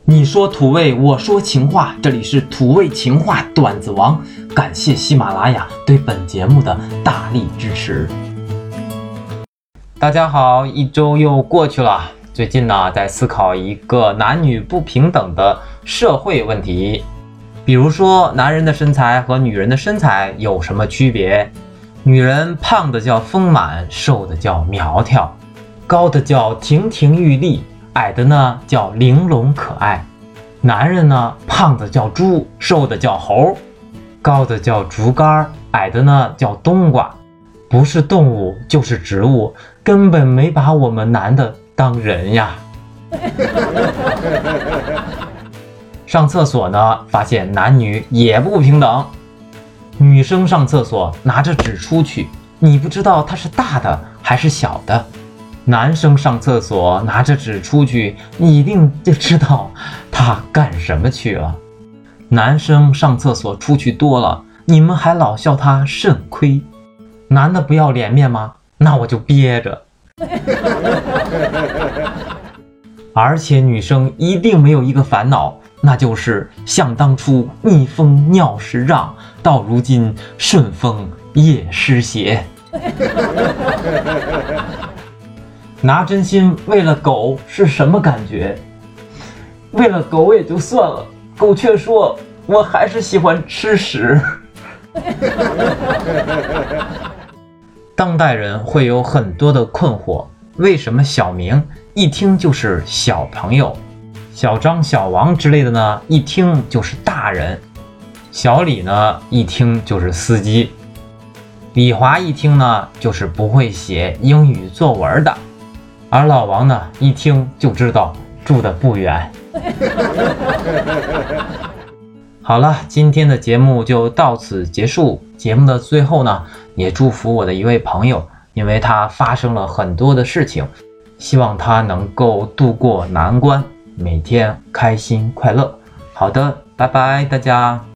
你说土味，我说情话，这里是土味情话段子王。感谢喜马拉雅对本节目的大力支持。大家好，一周又过去了。最近呢，在思考一个男女不平等的社会问题，比如说男人的身材和女人的身材有什么区别？女人胖的叫丰满，瘦的叫苗条，高的叫亭亭玉立，矮的呢叫玲珑可爱。男人呢，胖的叫猪，瘦的叫猴，高的叫竹竿，矮的呢叫冬瓜。不是动物就是植物，根本没把我们男的当人呀。上厕所呢，发现男女也不平等。女生上厕所拿着纸出去，你不知道它是大的还是小的。男生上厕所拿着纸出去，你一定就知道他干什么去了。男生上厕所出去多了，你们还老笑他肾亏。男的不要脸面吗？那我就憋着。而且女生一定没有一个烦恼，那就是想当初逆风尿失让，到如今顺风也湿鞋。拿真心为了狗是什么感觉？为了狗也就算了，狗却说我还是喜欢吃屎。当代人会有很多的困惑，为什么小明一听就是小朋友，小张、小王之类的呢，一听就是大人，小李呢一听就是司机，李华一听呢就是不会写英语作文的，而老王呢一听就知道住得不远。好了，今天的节目就到此结束。节目的最后呢，也祝福我的一位朋友，因为他发生了很多的事情，希望他能够度过难关，每天开心快乐。好的，拜拜大家。